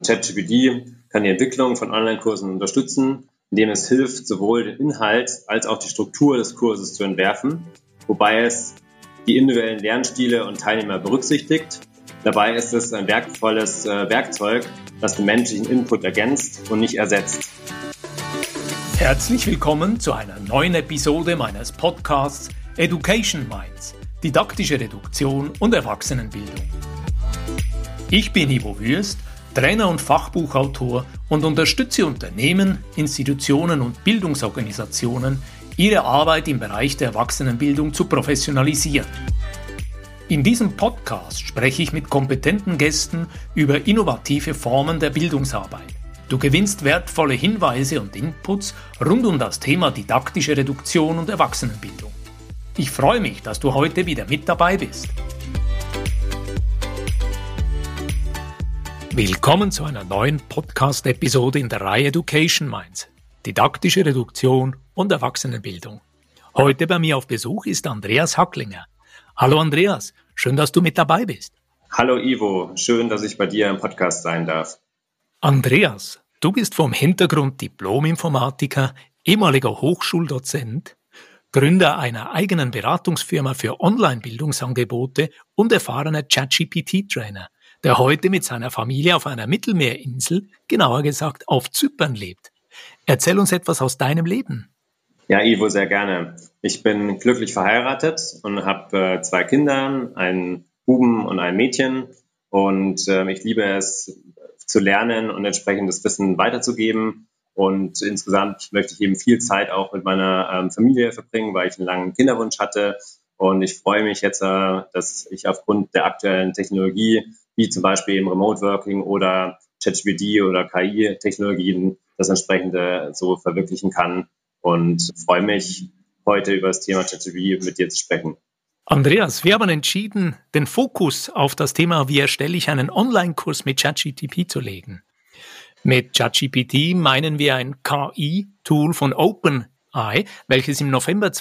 ChatGPT kann die Entwicklung von Online-Kursen unterstützen, indem es hilft, sowohl den Inhalt als auch die Struktur des Kurses zu entwerfen, wobei es die individuellen Lernstile und Teilnehmer berücksichtigt. Dabei ist es ein wertvolles Werkzeug, das den menschlichen Input ergänzt und nicht ersetzt. Herzlich willkommen zu einer neuen Episode meines Podcasts Education Minds, didaktische Reduktion und Erwachsenenbildung. Ich bin Ivo Würst, Trainer und Fachbuchautor und unterstütze Unternehmen, Institutionen und Bildungsorganisationen, ihre Arbeit im Bereich der Erwachsenenbildung zu professionalisieren. In diesem Podcast spreche ich mit kompetenten Gästen über innovative Formen der Bildungsarbeit. Du gewinnst wertvolle Hinweise und Inputs rund um das Thema didaktische Reduktion und Erwachsenenbildung. Ich freue mich, dass du heute wieder mit dabei bist. Willkommen zu einer neuen Podcast-Episode in der Reihe Education Minds, didaktische Reduktion und Erwachsenenbildung. Heute bei mir auf Besuch ist Andreas Hacklinger. Hallo Andreas, schön, dass du mit dabei bist. Hallo Ivo, schön, dass ich bei dir im Podcast sein darf. Andreas, du bist vom Hintergrund Diplom-Informatiker, ehemaliger Hochschuldozent, Gründer einer eigenen Beratungsfirma für Online-Bildungsangebote und erfahrener ChatGPT-Trainer, der heute mit seiner Familie auf einer Mittelmeerinsel, genauer gesagt auf Zypern, lebt. Erzähl uns etwas aus deinem Leben. Ja, Ivo, sehr gerne. Ich bin glücklich verheiratet und habe 2 Kinder, einen Buben und ein Mädchen. Und ich liebe es zu lernen und entsprechend das Wissen weiterzugeben. Und insgesamt möchte ich eben viel Zeit auch mit meiner Familie verbringen, weil ich einen langen Kinderwunsch hatte. Und ich freue mich jetzt, dass ich aufgrund der aktuellen Technologie, wie zum Beispiel im Remote Working oder ChatGPT oder KI-Technologien, das entsprechende so verwirklichen kann. Und freue mich, heute über das Thema ChatGPT mit dir zu sprechen. Andreas, wir haben entschieden, den Fokus auf das Thema, wie erstelle ich einen Online-Kurs mit ChatGPT zu legen. Mit ChatGPT meinen wir ein KI-Tool von OpenAI, welches im November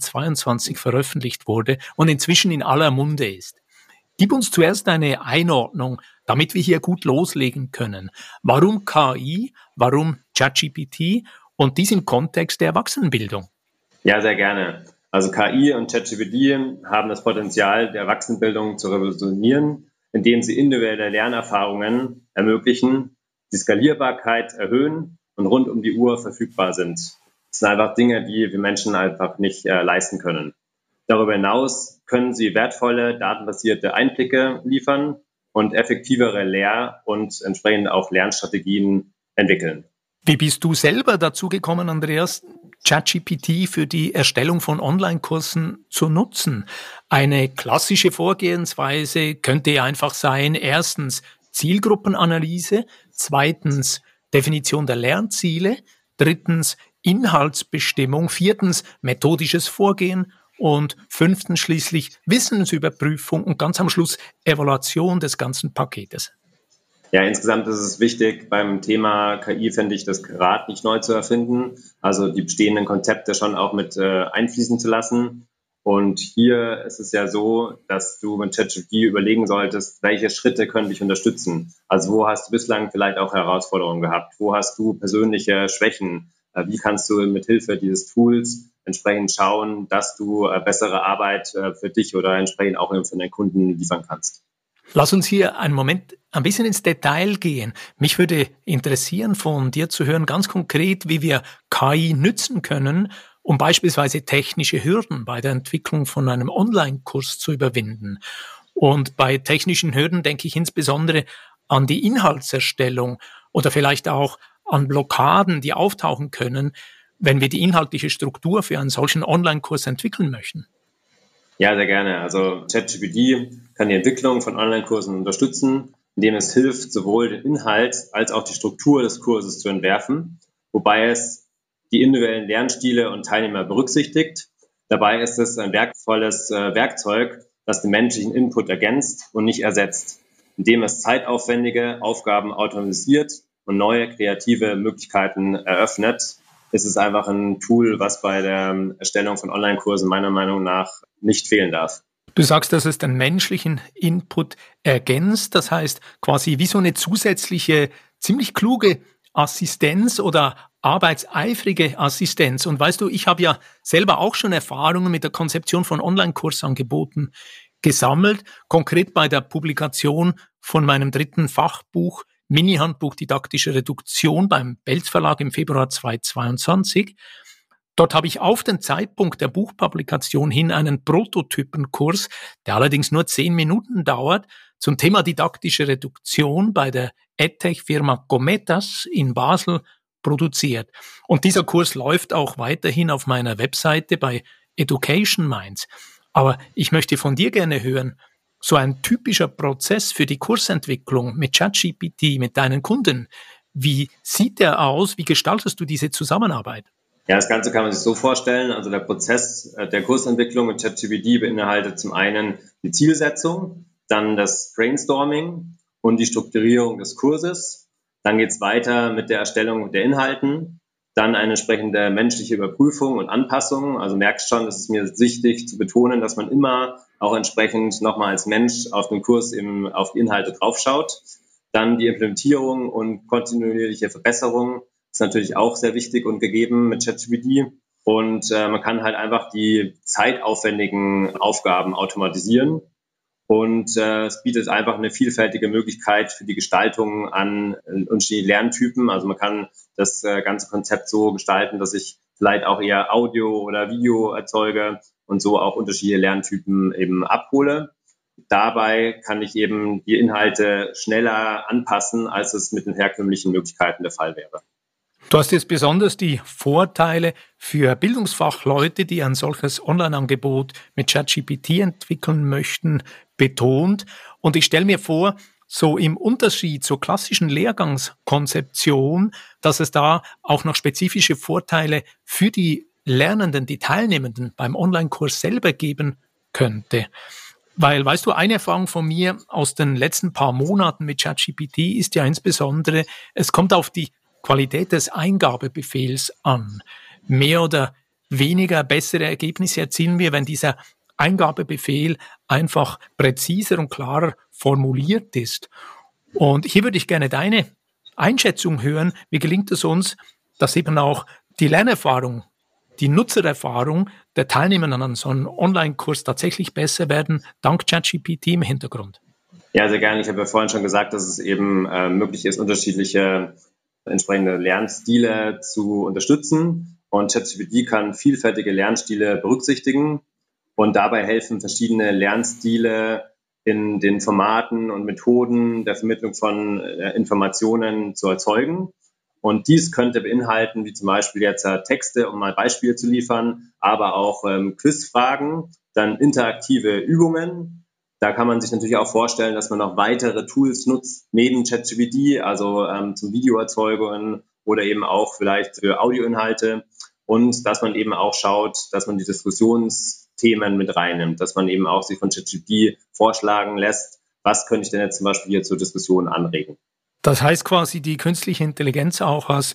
2022 veröffentlicht wurde und inzwischen in aller Munde ist. Gib uns zuerst eine Einordnung, damit wir hier gut loslegen können. Warum KI, warum ChatGPT und dies im Kontext der Erwachsenenbildung? Ja, sehr gerne. Also KI und ChatGPT haben das Potenzial, der Erwachsenenbildung zu revolutionieren, indem sie individuelle Lernerfahrungen ermöglichen, die Skalierbarkeit erhöhen und rund um die Uhr verfügbar sind. Das sind einfach Dinge, die wir Menschen einfach nicht leisten können. Darüber hinaus können sie wertvolle, datenbasierte Einblicke liefern und effektivere Lehr- und entsprechend auch Lernstrategien entwickeln. Wie bist du selber dazu gekommen, Andreas, ChatGPT für die Erstellung von Online-Kursen zu nutzen? Eine klassische Vorgehensweise könnte ja einfach sein, erstens Zielgruppenanalyse, zweitens Definition der Lernziele, drittens Inhaltsbestimmung, viertens methodisches Vorgehen und fünftens schließlich Wissensüberprüfung und ganz am Schluss Evaluation des ganzen Paketes. Ja, insgesamt ist es wichtig, beim Thema KI finde ich, das Rad nicht neu zu erfinden, also die bestehenden Konzepte schon auch mit einfließen zu lassen. Und hier ist es ja so, dass du mit ChatGPT überlegen solltest, welche Schritte können dich unterstützen. Also wo hast du bislang vielleicht auch Herausforderungen gehabt? Wo hast du persönliche Schwächen? Wie kannst du mit Hilfe dieses Tools entsprechend schauen, dass du bessere Arbeit für dich oder entsprechend auch für deinen Kunden liefern kannst? Lass uns hier einen Moment ein bisschen ins Detail gehen. Mich würde interessieren, von dir zu hören, ganz konkret, wie wir KI nützen können, um beispielsweise technische Hürden bei der Entwicklung von einem Online-Kurs zu überwinden. Und bei technischen Hürden denke ich insbesondere an die Inhaltserstellung oder vielleicht auch an Blockaden, die auftauchen können, wenn wir die inhaltliche Struktur für einen solchen Online-Kurs entwickeln möchten. Ja, sehr gerne. Also ChatGPT kann die Entwicklung von Online-Kursen unterstützen, indem es hilft, sowohl den Inhalt als auch die Struktur des Kurses zu entwerfen, wobei es die individuellen Lernstile und Teilnehmer berücksichtigt. Dabei ist es ein wertvolles Werkzeug, das den menschlichen Input ergänzt und nicht ersetzt, indem es zeitaufwendige Aufgaben automatisiert und neue kreative Möglichkeiten eröffnet. Ist es einfach ein Tool, was bei der Erstellung von Online-Kursen meiner Meinung nach nicht fehlen darf. Du sagst, dass es den menschlichen Input ergänzt, das heißt quasi wie so eine zusätzliche ziemlich kluge Assistenz oder arbeitseifrige Assistenz. Und weißt du, ich habe ja selber auch schon Erfahrungen mit der Konzeption von Online-Kursangeboten gesammelt, konkret bei der Publikation von meinem 3. Fachbuch Mini-Handbuch Didaktische Reduktion beim Belz Verlag im Februar 2022. Dort habe ich auf den Zeitpunkt der Buchpublikation hin einen Prototypenkurs, der allerdings nur 10 Minuten dauert, zum Thema didaktische Reduktion bei der EdTech-Firma Cometas in Basel produziert. Und dieser Kurs läuft auch weiterhin auf meiner Webseite bei Education Minds. Aber ich möchte von dir gerne hören, so ein typischer Prozess für die Kursentwicklung mit ChatGPT, mit deinen Kunden, wie sieht der aus? Wie gestaltest du diese Zusammenarbeit? Ja, das Ganze kann man sich so vorstellen. Also der Prozess der Kursentwicklung mit ChatGPT beinhaltet zum einen die Zielsetzung, dann das Brainstorming und die Strukturierung des Kurses. Dann geht es weiter mit der Erstellung der Inhalten, dann eine entsprechende menschliche Überprüfung und Anpassung. Also merkst schon, es ist mir wichtig zu betonen, dass man immer auch entsprechend nochmal als Mensch auf den Kurs eben auf die Inhalte draufschaut. Dann die Implementierung und kontinuierliche Verbesserung ist natürlich auch sehr wichtig und gegeben mit ChatGPT. Und man kann halt einfach die zeitaufwendigen Aufgaben automatisieren. Und es bietet einfach eine vielfältige Möglichkeit für die Gestaltung an unterschiedlichen Lerntypen. Also man kann das ganze Konzept so gestalten, dass ich vielleicht auch eher Audio oder Video erzeuge und so auch unterschiedliche Lerntypen eben abhole. Dabei kann ich eben die Inhalte schneller anpassen, als es mit den herkömmlichen Möglichkeiten der Fall wäre. Du hast jetzt besonders die Vorteile für Bildungsfachleute, die ein solches Online-Angebot mit ChatGPT entwickeln möchten, betont. Und ich stelle mir vor, so im Unterschied zur klassischen Lehrgangskonzeption, dass es da auch noch spezifische Vorteile für die Lernenden, die Teilnehmenden beim Online-Kurs selber geben könnte. Weil, weißt du, eine Erfahrung von mir aus den letzten paar Monaten mit ChatGPT ist ja insbesondere, es kommt auf die Qualität des Eingabebefehls an. Mehr oder weniger bessere Ergebnisse erzielen wir, wenn dieser Eingabebefehl einfach präziser und klarer formuliert ist. Und hier würde ich gerne deine Einschätzung hören. Wie gelingt es uns, dass eben auch die Lernerfahrung, die Nutzererfahrung der Teilnehmer an so einem Online-Kurs tatsächlich besser werden, dank ChatGPT im Hintergrund? Ja, sehr gerne. Ich habe ja vorhin schon gesagt, dass es eben möglich ist, unterschiedliche entsprechende Lernstile zu unterstützen. Und ChatGPT kann vielfältige Lernstile berücksichtigen und dabei helfen verschiedene Lernstile in den Formaten und Methoden der Vermittlung von Informationen zu erzeugen. Und dies könnte beinhalten, wie zum Beispiel jetzt Texte, um mal Beispiele zu liefern, aber auch Quizfragen, dann interaktive Übungen. Da kann man sich natürlich auch vorstellen, dass man noch weitere Tools nutzt, neben ChatGPT, also zum Videoerzeugung oder eben auch vielleicht für Audioinhalte. Und dass man eben auch schaut, dass man die Diskussionsthemen mit reinnimmt, dass man eben auch sich von ChatGPT vorschlagen lässt, was könnte ich denn jetzt zum Beispiel hier zur Diskussion anregen. Das heißt quasi die künstliche Intelligenz auch als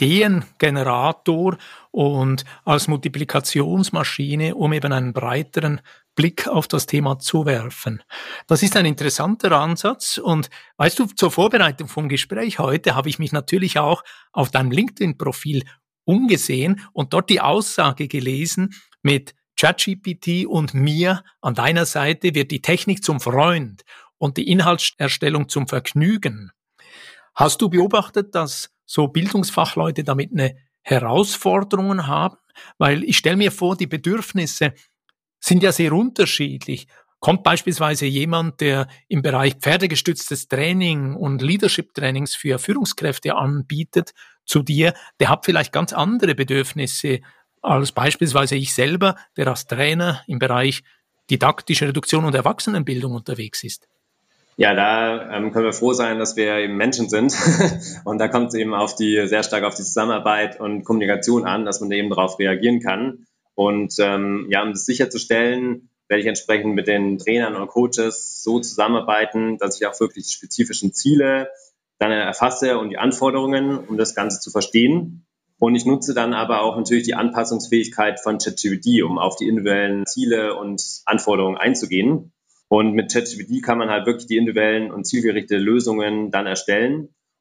Ideengenerator und als Multiplikationsmaschine, um eben einen breiteren Blick auf das Thema zu werfen. Das ist ein interessanter Ansatz und weißt du, zur Vorbereitung vom Gespräch heute habe ich mich natürlich auch auf deinem LinkedIn-Profil umgesehen und dort die Aussage gelesen, mit ChatGPT und mir an deiner Seite wird die Technik zum Freund und die Inhaltserstellung zum Vergnügen. Hast du beobachtet, dass so Bildungsfachleute damit eine Herausforderung haben? Weil ich stelle mir vor, die Bedürfnisse sind ja sehr unterschiedlich. Kommt beispielsweise jemand, der im Bereich pferdegestütztes Training und Leadership-Trainings für Führungskräfte anbietet, zu dir, der hat vielleicht ganz andere Bedürfnisse als beispielsweise ich selber, der als Trainer im Bereich didaktische Reduktion und Erwachsenenbildung unterwegs ist. Ja, da können wir froh sein, dass wir eben Menschen sind. Und da kommt es eben sehr stark auf die Zusammenarbeit und Kommunikation an, dass man eben darauf reagieren kann. Und um das sicherzustellen, werde ich entsprechend mit den Trainern und Coaches so zusammenarbeiten, dass ich auch wirklich die spezifischen Ziele dann erfasse und die Anforderungen, um das Ganze zu verstehen. Und ich nutze dann aber auch natürlich die Anpassungsfähigkeit von ChatGPT, um auf die individuellen Ziele und Anforderungen einzugehen. Und mit ChatGPT kann man halt wirklich die individuellen und zielgerichtete Lösungen dann erstellen.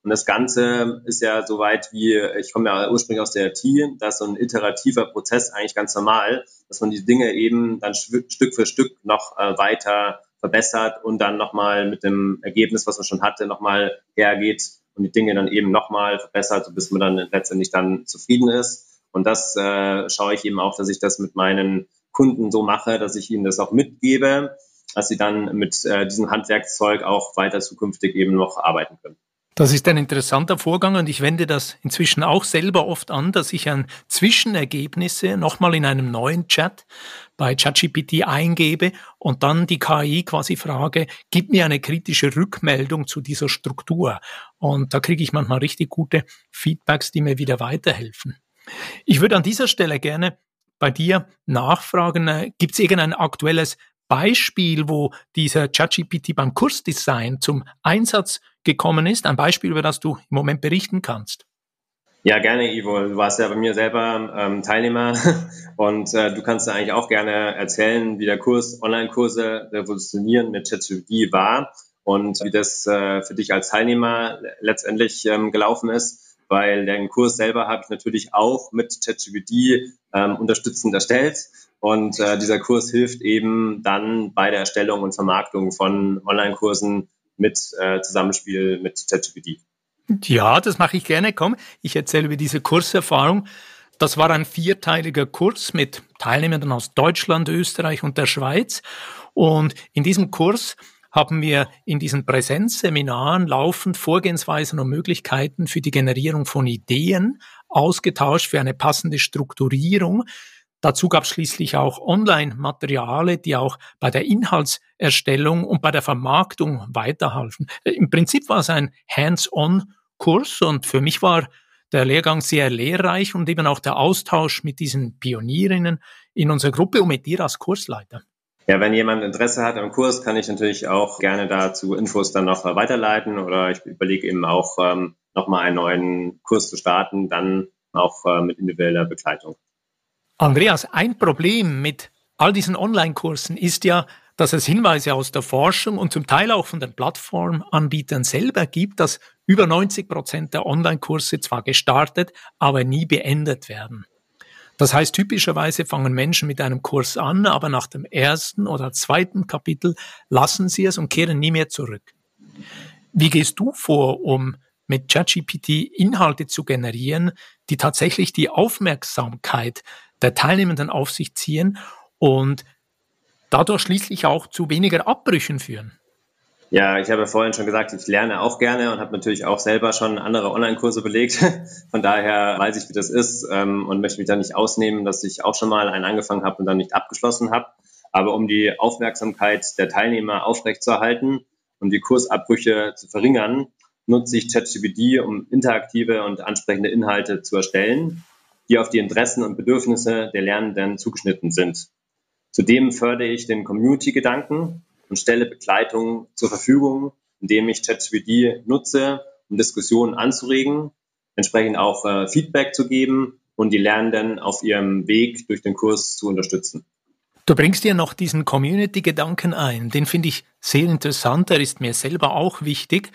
Und das Ganze ist ja soweit ich komme ja ursprünglich aus der IT, da ist so ein iterativer Prozess eigentlich ganz normal, dass man die Dinge eben dann Stück für Stück noch weiter verbessert und dann nochmal mit dem Ergebnis, was man schon hatte, nochmal hergeht und die Dinge dann eben nochmal verbessert, bis man dann letztendlich dann zufrieden ist. Und das schaue ich eben auch, dass ich das mit meinen Kunden so mache, dass ich ihnen das auch mitgebe, dass sie dann mit diesem Handwerkszeug auch weiter zukünftig eben noch arbeiten können. Das ist ein interessanter Vorgang und ich wende das inzwischen auch selber oft an, dass ich ein Zwischenergebnisse nochmal in einem neuen Chat bei ChatGPT eingebe und dann die KI quasi frage, gib mir eine kritische Rückmeldung zu dieser Struktur. Und da kriege ich manchmal richtig gute Feedbacks, die mir wieder weiterhelfen. Ich würde an dieser Stelle gerne bei dir nachfragen, gibt es irgendein aktuelles Beispiel, wo dieser ChatGPT beim Kursdesign zum Einsatz gekommen ist? Ein Beispiel, über das du im Moment berichten kannst. Ja, gerne, Ivo. Du warst ja bei mir selber Teilnehmer und du kannst ja eigentlich auch gerne erzählen, wie der Kurs Online-Kurse revolutionieren mit ChatGPT war und wie das für dich als Teilnehmer letztendlich gelaufen ist, weil den Kurs selber habe ich natürlich auch mit ChatGPT unterstützend erstellt. Und dieser Kurs hilft eben dann bei der Erstellung und Vermarktung von Online-Kursen mit Zusammenspiel mit ChatGPT. Ja, das mache ich gerne. Komm, ich erzähle über diese Kurserfahrung. Das war ein 4-teiliger Kurs mit Teilnehmern aus Deutschland, Österreich und der Schweiz. Und in diesem Kurs haben wir in diesen Präsenzseminaren laufend Vorgehensweisen und Möglichkeiten für die Generierung von Ideen ausgetauscht, für eine passende Strukturierung. Dazu gab es schließlich auch Online-Materiale, die auch bei der Inhaltserstellung und bei der Vermarktung weiterhalfen. Im Prinzip war es ein Hands-on-Kurs und für mich war der Lehrgang sehr lehrreich und eben auch der Austausch mit diesen Pionierinnen in unserer Gruppe und mit dir als Kursleiter. Ja, wenn jemand Interesse hat am Kurs, kann ich natürlich auch gerne dazu Infos dann noch weiterleiten oder ich überlege eben auch nochmal einen neuen Kurs zu starten, dann auch mit individueller Begleitung. Andreas, ein Problem mit all diesen Online-Kursen ist ja, dass es Hinweise aus der Forschung und zum Teil auch von den Plattformanbietern selber gibt, dass über 90% der Online-Kurse zwar gestartet, aber nie beendet werden. Das heißt, typischerweise fangen Menschen mit einem Kurs an, aber nach dem ersten oder zweiten Kapitel lassen sie es und kehren nie mehr zurück. Wie gehst du vor, um mit ChatGPT Inhalte zu generieren, die tatsächlich die Aufmerksamkeit der Teilnehmenden auf sich ziehen und dadurch schließlich auch zu weniger Abbrüchen führen? Ja, ich habe vorhin schon gesagt, ich lerne auch gerne und habe natürlich auch selber schon andere Online-Kurse belegt. Von daher weiß ich, wie das ist und möchte mich da nicht ausnehmen, dass ich auch schon mal einen angefangen habe und dann nicht abgeschlossen habe. Aber um die Aufmerksamkeit der Teilnehmer aufrechtzuerhalten und die Kursabbrüche zu verringern, nutze ich ChatGPT, um interaktive und ansprechende Inhalte zu erstellen, die auf die Interessen und Bedürfnisse der Lernenden zugeschnitten sind. Zudem fördere ich den Community-Gedanken und stelle Begleitung zur Verfügung, indem ich ChatGPT nutze, um Diskussionen anzuregen, entsprechend auch Feedback zu geben und die Lernenden auf ihrem Weg durch den Kurs zu unterstützen. Du bringst ja noch diesen Community-Gedanken ein. Den finde ich sehr interessant. Der ist mir selber auch wichtig.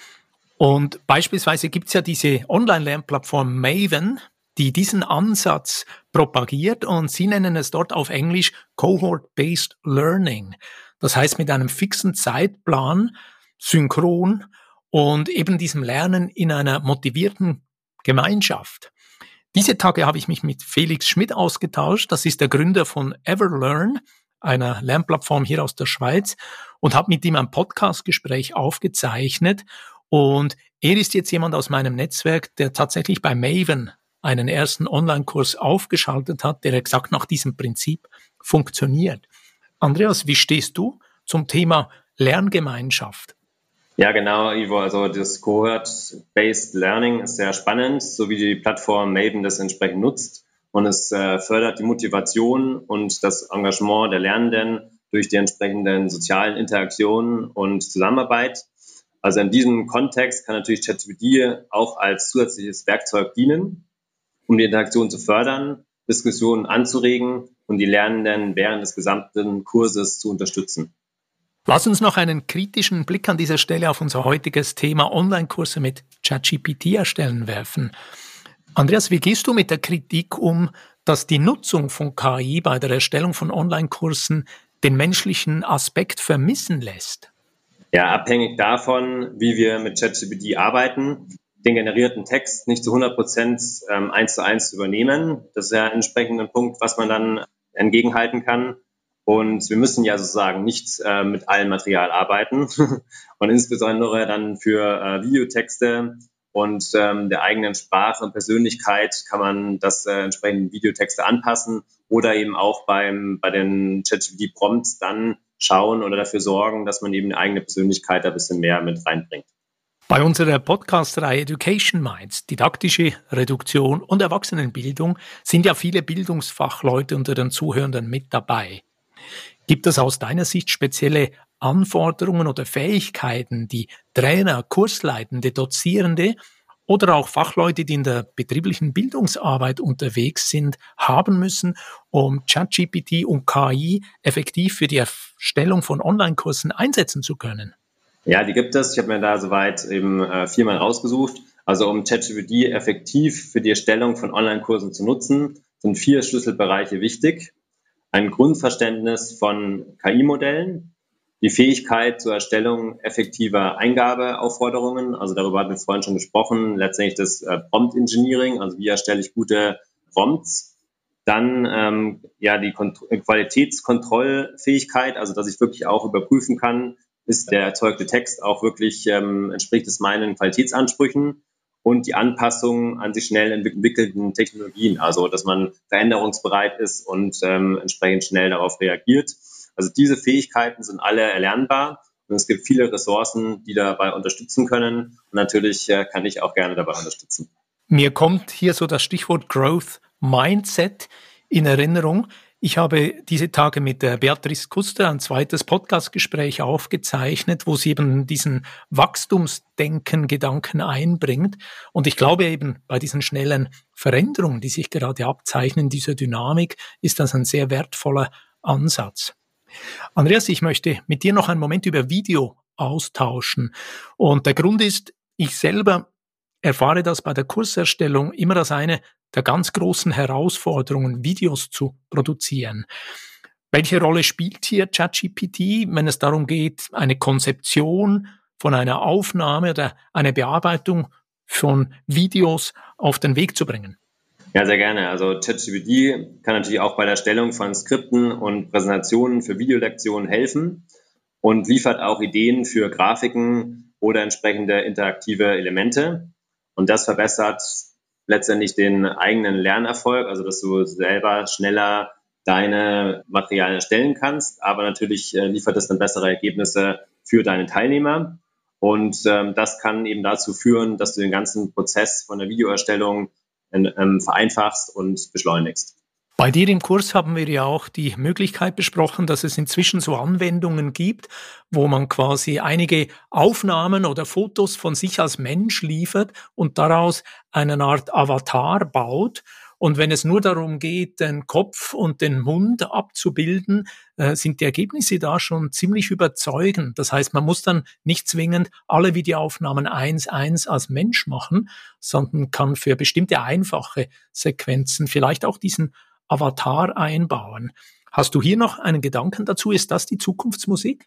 Und beispielsweise gibt es ja diese Online-Lernplattform Maven, die diesen Ansatz propagiert und sie nennen es dort auf Englisch Cohort-Based Learning. Das heißt mit einem fixen Zeitplan, synchron und eben diesem Lernen in einer motivierten Gemeinschaft. Diese Tage habe ich mich mit Felix Schmidt ausgetauscht. Das ist der Gründer von Everlearn, einer Lernplattform hier aus der Schweiz, und habe mit ihm ein Podcastgespräch aufgezeichnet. Und er ist jetzt jemand aus meinem Netzwerk, der tatsächlich bei Maven einen ersten Online-Kurs aufgeschaltet hat, der exakt nach diesem Prinzip funktioniert. Andreas, wie stehst du zum Thema Lerngemeinschaft? Ja, genau, Ivo. Also das Cohort-Based Learning ist sehr spannend, so wie die Plattform Maven das entsprechend nutzt. Und es fördert die Motivation und das Engagement der Lernenden durch die entsprechenden sozialen Interaktionen und Zusammenarbeit. Also in diesem Kontext kann natürlich ChatGPT auch als zusätzliches Werkzeug dienen, um die Interaktion zu fördern, Diskussionen anzuregen und die Lernenden während des gesamten Kurses zu unterstützen. Lass uns noch einen kritischen Blick an dieser Stelle auf unser heutiges Thema Online-Kurse mit ChatGPT erstellen werfen. Andreas, wie gehst du mit der Kritik um, dass die Nutzung von KI bei der Erstellung von Online-Kursen den menschlichen Aspekt vermissen lässt? Ja, abhängig davon, wie wir mit ChatGPT arbeiten, den generierten Text nicht zu 100% 1:1 zu übernehmen. Das ist ja ein entsprechender Punkt, was man dann entgegenhalten kann. Und wir müssen ja sozusagen nicht mit allem Material arbeiten und insbesondere dann für Videotexte und der eigenen Sprache und Persönlichkeit kann man das entsprechend Videotexte anpassen oder eben auch bei den ChatGPT-Prompts dann schauen oder dafür sorgen, dass man eben eine eigene Persönlichkeit ein bisschen mehr mit reinbringt. Bei unserer Podcast-Reihe Education Minds, didaktische Reduktion und Erwachsenenbildung, sind ja viele Bildungsfachleute unter den Zuhörenden mit dabei. Gibt es aus deiner Sicht spezielle Anforderungen oder Fähigkeiten, die Trainer, Kursleitende, Dozierende oder auch Fachleute, die in der betrieblichen Bildungsarbeit unterwegs sind, haben müssen, um ChatGPT und KI effektiv für die Erstellung von Online-Kursen einsetzen zu können? Ja, die gibt es. Ich habe mir da soweit eben 4 rausgesucht. Also um ChatGPT effektiv für die Erstellung von Online-Kursen zu nutzen, sind 4 Schlüsselbereiche wichtig. Ein Grundverständnis von KI-Modellen, die Fähigkeit zur Erstellung effektiver Eingabeaufforderungen, also darüber hatten wir vorhin schon gesprochen, letztendlich das Prompt Engineering, also wie erstelle ich gute Prompts. Dann die Qualitätskontrollfähigkeit, also dass ich wirklich auch überprüfen kann, ist der erzeugte Text auch wirklich, entspricht es meinen Qualitätsansprüchen und die Anpassung an sich schnell entwickelten Technologien, also dass man veränderungsbereit ist und entsprechend schnell darauf reagiert. Also diese Fähigkeiten sind alle erlernbar und es gibt viele Ressourcen, die dabei unterstützen können und natürlich kann ich auch gerne dabei unterstützen. Mir kommt hier so das Stichwort Growth Mindset in Erinnerung. Ich habe diese Tage mit der Beatrice Kuster ein zweites Podcastgespräch aufgezeichnet, wo sie eben diesen Wachstumsdenken-Gedanken einbringt. Und ich glaube eben, bei diesen schnellen Veränderungen, die sich gerade abzeichnen, dieser Dynamik, ist das ein sehr wertvoller Ansatz. Andreas, ich möchte mit dir noch einen Moment über Video austauschen. Und der Grund ist, ich selber erfahre das bei der Kurserstellung immer als eine der ganz großen Herausforderungen, Videos zu produzieren. Welche Rolle spielt hier ChatGPT, wenn es darum geht, eine Konzeption von einer Aufnahme oder eine Bearbeitung von Videos auf den Weg zu bringen? Ja, sehr gerne. Also ChatGPT kann natürlich auch bei der Erstellung von Skripten und Präsentationen für Videolektionen helfen und liefert auch Ideen für Grafiken oder entsprechende interaktive Elemente. Und das verbessert letztendlich den eigenen Lernerfolg, also dass du selber schneller deine Materialien erstellen kannst, aber natürlich liefert es dann bessere Ergebnisse für deine Teilnehmer. Und das kann eben dazu führen, dass du den ganzen Prozess von der Videoerstellung vereinfachst und beschleunigst. Bei dir im Kurs haben wir ja auch die Möglichkeit besprochen, dass es inzwischen so Anwendungen gibt, wo man quasi einige Aufnahmen oder Fotos von sich als Mensch liefert und daraus eine Art Avatar baut. Und wenn es nur darum geht, den Kopf und den Mund abzubilden, sind die Ergebnisse da schon ziemlich überzeugend. Das heißt, man muss dann nicht zwingend alle Videoaufnahmen 1:1 als Mensch machen, sondern kann für bestimmte einfache Sequenzen vielleicht auch diesen Avatar einbauen. Hast du hier noch einen Gedanken dazu? Ist das die Zukunftsmusik?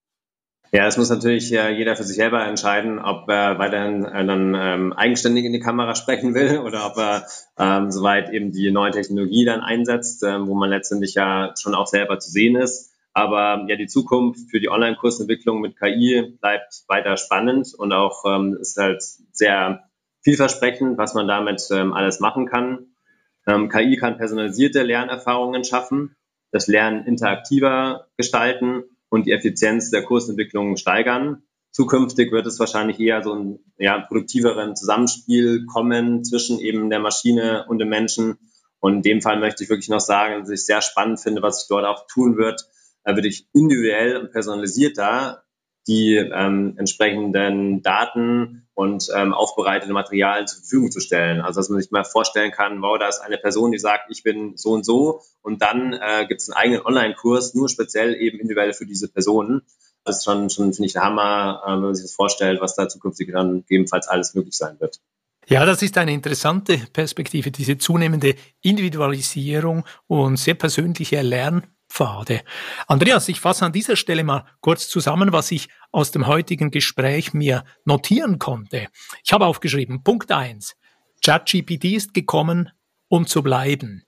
Ja, es muss natürlich jeder für sich selber entscheiden, ob er weiterhin dann eigenständig in die Kamera sprechen will oder ob er soweit eben die neue Technologie dann einsetzt, wo man letztendlich ja schon auch selber zu sehen ist. Aber ja, die Zukunft für die Online-Kursentwicklung mit KI bleibt weiter spannend und auch ist halt sehr vielversprechend, was man damit alles machen kann. KI kann personalisierte Lernerfahrungen schaffen, das Lernen interaktiver gestalten und die Effizienz der Kursentwicklung steigern. Zukünftig wird es wahrscheinlich eher so ein produktiveren Zusammenspiel kommen zwischen eben der Maschine und dem Menschen. Und in dem Fall möchte ich wirklich noch sagen, dass ich sehr spannend finde, was sich dort auch tun wird, wirklich individuell und personalisierter die entsprechenden Daten und aufbereitete Materialien zur Verfügung zu stellen. Also dass man sich mal vorstellen kann, wow, da ist eine Person, die sagt, ich bin so und dann gibt es einen eigenen Online-Kurs, nur speziell eben individuell für diese Personen. Das ist schon finde ich, der Hammer, wenn man sich das vorstellt, was da zukünftig dann gegebenenfalls alles möglich sein wird. Ja, das ist eine interessante Perspektive, diese zunehmende Individualisierung und sehr persönliche Lernpfade. Andreas, ich fasse an dieser Stelle mal kurz zusammen, was ich aus dem heutigen Gespräch mir notieren konnte. Ich habe aufgeschrieben, Punkt 1, ChatGPT ist gekommen, um zu bleiben.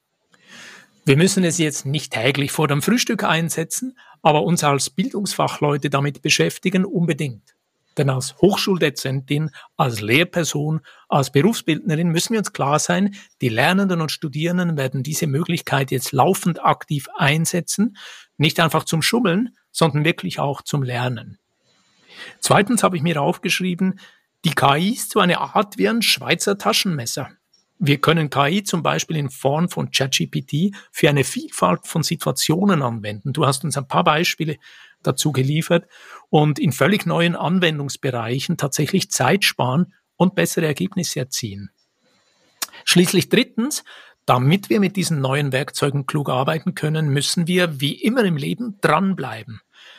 Wir müssen es jetzt nicht täglich vor dem Frühstück einsetzen, aber uns als Bildungsfachleute damit beschäftigen unbedingt. Denn als Hochschuldozentin, als Lehrperson, als Berufsbildnerin müssen wir uns klar sein, die Lernenden und Studierenden werden diese Möglichkeit jetzt laufend aktiv einsetzen, nicht einfach zum Schummeln, sondern wirklich auch zum Lernen. Zweitens habe ich mir aufgeschrieben, die KI ist so eine Art wie ein Schweizer Taschenmesser. Wir können KI zum Beispiel in Form von ChatGPT für eine Vielfalt von Situationen anwenden. Du hast uns ein paar Beispiele dazu geliefert und in völlig neuen Anwendungsbereichen tatsächlich Zeit sparen und bessere Ergebnisse erzielen. Schließlich drittens, damit wir mit diesen neuen Werkzeugen klug arbeiten können, müssen wir wie immer im Leben dranbleiben.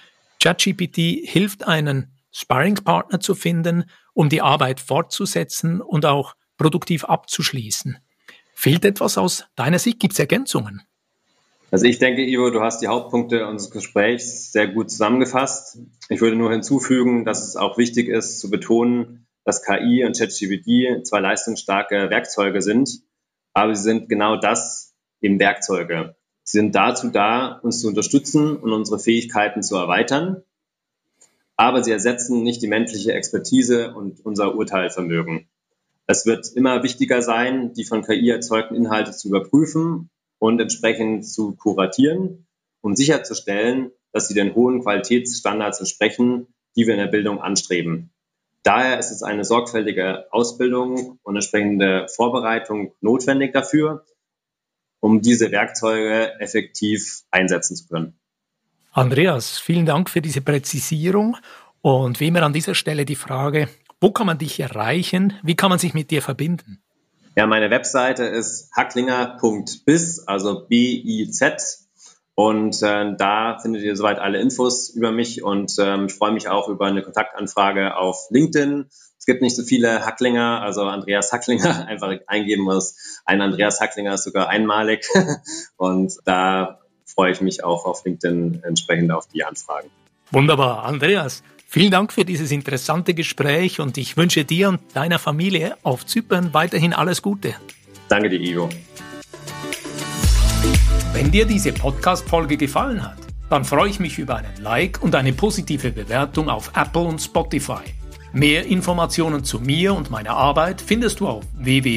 ChatGPT hilft, einen Sparringspartner zu finden, um die Arbeit fortzusetzen und auch produktiv abzuschließen. Fehlt etwas aus deiner Sicht? Gibt es Ergänzungen? Also ich denke, Ivo, du hast die Hauptpunkte unseres Gesprächs sehr gut zusammengefasst. Ich würde nur hinzufügen, dass es auch wichtig ist zu betonen, dass KI und ChatGPT zwar leistungsstarke Werkzeuge sind, aber sie sind genau das, eben Werkzeuge. Sie sind dazu da, uns zu unterstützen und unsere Fähigkeiten zu erweitern, aber sie ersetzen nicht die menschliche Expertise und unser Urteilsvermögen. Es wird immer wichtiger sein, die von KI erzeugten Inhalte zu überprüfen und entsprechend zu kuratieren, um sicherzustellen, dass sie den hohen Qualitätsstandards entsprechen, die wir in der Bildung anstreben. Daher ist es eine sorgfältige Ausbildung und entsprechende Vorbereitung notwendig dafür, um diese Werkzeuge effektiv einsetzen zu können. Andreas, vielen Dank für diese Präzisierung und wie immer an dieser Stelle die Frage, wo kann man dich erreichen? Wie kann man sich mit dir verbinden? Ja, meine Webseite ist hacklinger.biz, also B-I-Z. Und da findet ihr soweit alle Infos über mich und ich freue mich auch über eine Kontaktanfrage auf LinkedIn. Es gibt nicht so viele Hacklinger, also Andreas Hacklinger, einfach eingeben muss. Ein Andreas Hacklinger ist sogar einmalig und da freue ich mich auch auf LinkedIn entsprechend auf die Anfragen. Wunderbar, Andreas. Vielen Dank für dieses interessante Gespräch und ich wünsche dir und deiner Familie auf Zypern weiterhin alles Gute. Danke dir, Ivo. Wenn dir diese Podcast-Folge gefallen hat, dann freue ich mich über einen Like und eine positive Bewertung auf Apple und Spotify. Mehr Informationen zu mir und meiner Arbeit findest du auf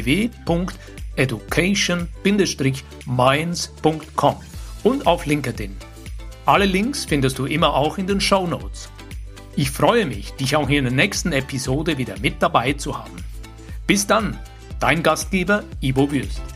www.education-minds.com und auf LinkedIn. Alle Links findest du immer auch in den Shownotes. Ich freue mich, dich auch in der nächsten Episode wieder mit dabei zu haben. Bis dann, dein Gastgeber Ivo Würst.